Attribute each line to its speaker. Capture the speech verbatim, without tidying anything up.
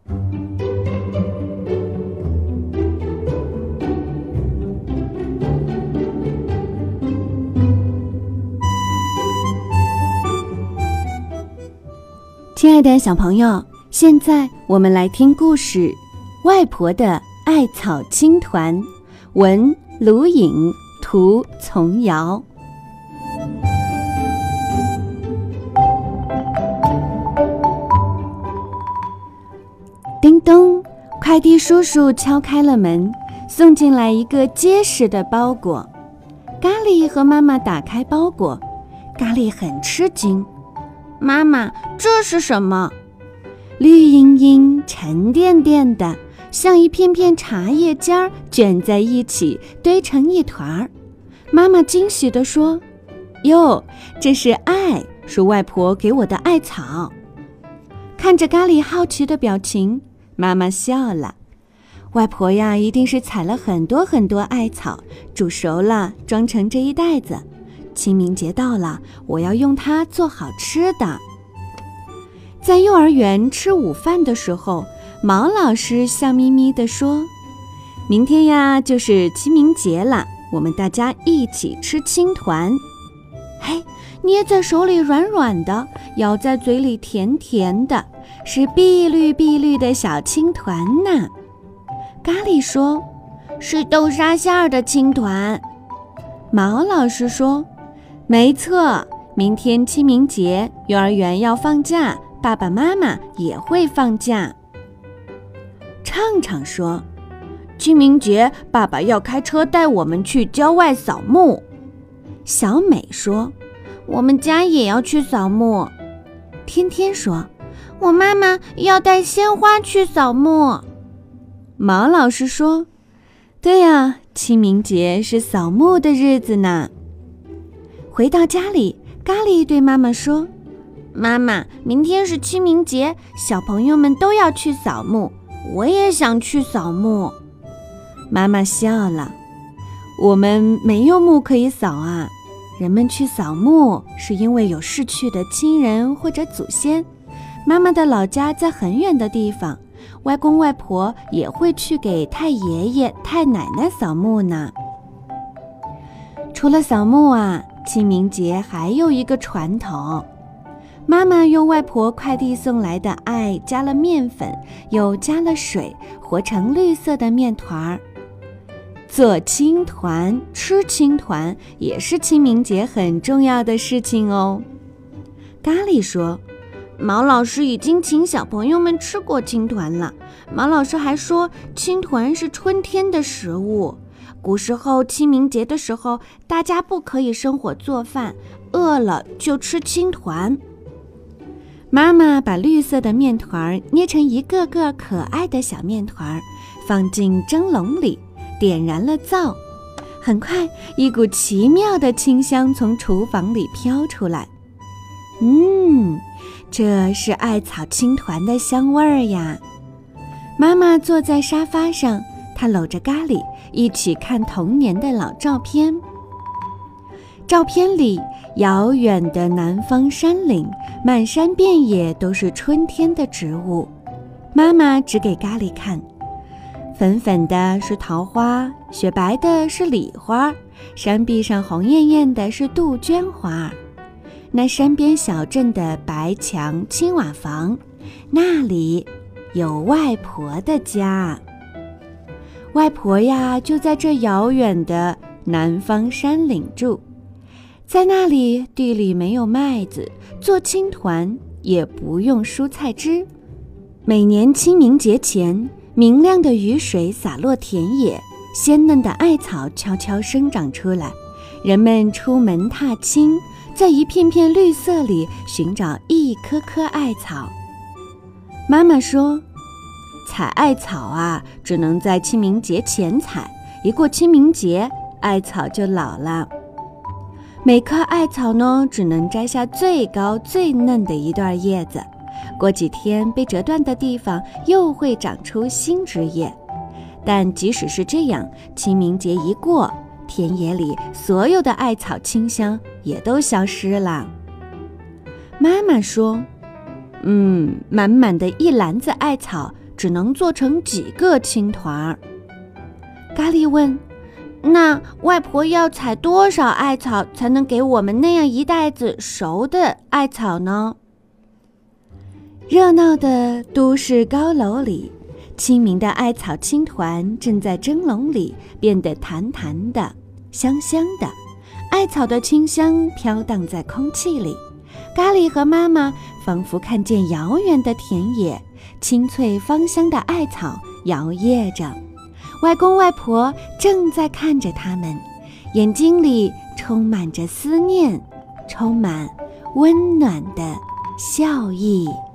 Speaker 1: 亲爱的小朋友，现在我们来听故事《外婆的艾草青团》，文卢颖，图丛瑶。叮咚，快递叔叔敲开了门，送进来一个结实的包裹。咖喱和妈妈打开包裹，咖喱很吃惊。妈妈，这是什么？绿莹莹、沉甸甸的，像一片片茶叶尖儿卷在一起，堆成一团。妈妈惊喜地说：“哟，这是艾，是外婆给我的艾草。”看着咖喱好奇的表情，妈妈笑了。外婆呀，一定是采了很多很多艾草，煮熟了，装成这一袋子。清明节到了，我要用它做好吃的。在幼儿园吃午饭的时候，毛老师笑眯眯地说：“明天呀，就是清明节了，我们大家一起吃青团。嘿，捏在手里软软的，咬在嘴里甜甜的，是碧绿碧绿的小青团呢。”咖喱说：“是豆沙馅儿的青团。”毛老师说：“没错，明天清明节，幼儿园要放假，爸爸妈妈也会放假。”畅畅说：“清明节，爸爸要开车带我们去郊外扫墓。”小美说：“我们家也要去扫墓。”天天说：“我妈妈要带鲜花去扫墓。”毛老师说：“对呀，清明节是扫墓的日子呢。”回到家里，咖喱对妈妈说：“妈妈，明天是清明节，小朋友们都要去扫墓，我也想去扫墓。”妈妈笑了：“我们没有墓可以扫啊。人们去扫墓是因为有逝去的亲人或者祖先。妈妈的老家在很远的地方，外公外婆也会去给太爷爷、太奶奶扫墓呢。除了扫墓啊，清明节还有一个传统。妈妈用外婆快递送来的艾加了面粉，又加了水，和成绿色的面团儿。做青团、吃青团也是清明节很重要的事情哦。咖喱说：“毛老师已经请小朋友们吃过青团了。毛老师还说，青团是春天的食物。古时候清明节的时候，大家不可以生火做饭，饿了就吃青团。”妈妈把绿色的面团捏成一个个可爱的小面团，放进蒸笼里，点燃了灶。很快，一股奇妙的清香从厨房里飘出来。嗯，这是艾草青团的香味儿呀。妈妈坐在沙发上，她搂着咖喱，一起看童年的老照片。照片里，遥远的南方山岭，满山遍野都是春天的植物。妈妈指给咖喱看，粉粉的是桃花，雪白的是李花，山壁上红艳艳的是杜鹃花。那山边小镇的白墙青瓦房，那里有外婆的家。外婆呀，就在这遥远的南方山岭住。在那里，地里没有麦子，做青团也不用蔬菜汁。每年清明节前，明亮的雨水洒落田野，鲜嫩的艾草悄悄生长出来。人们出门踏青，在一片片绿色里寻找一颗颗艾草。妈妈说：“采艾草啊，只能在清明节前采，一过清明节，艾草就老了。每棵艾草呢，只能摘下最高最嫩的一段叶子，过几天被折断的地方又会长出新枝叶。但即使是这样，清明节一过，田野里所有的艾草清香也都消失了。”妈妈说：“嗯，满满的一篮子艾草，只只能做成几个青团儿。咖喱问：“那外婆要采多少艾草才能给我们那样一袋子熟的艾草呢？”热闹的都市高楼里，清明的艾草青团正在蒸笼里变得弹弹的、香香的，艾草的清香飘荡在空气里。咖喱和妈妈仿佛看见遥远的田野，清脆芳香的艾草摇曳着。外公外婆正在看着他们，眼睛里充满着思念，充满温暖的笑意。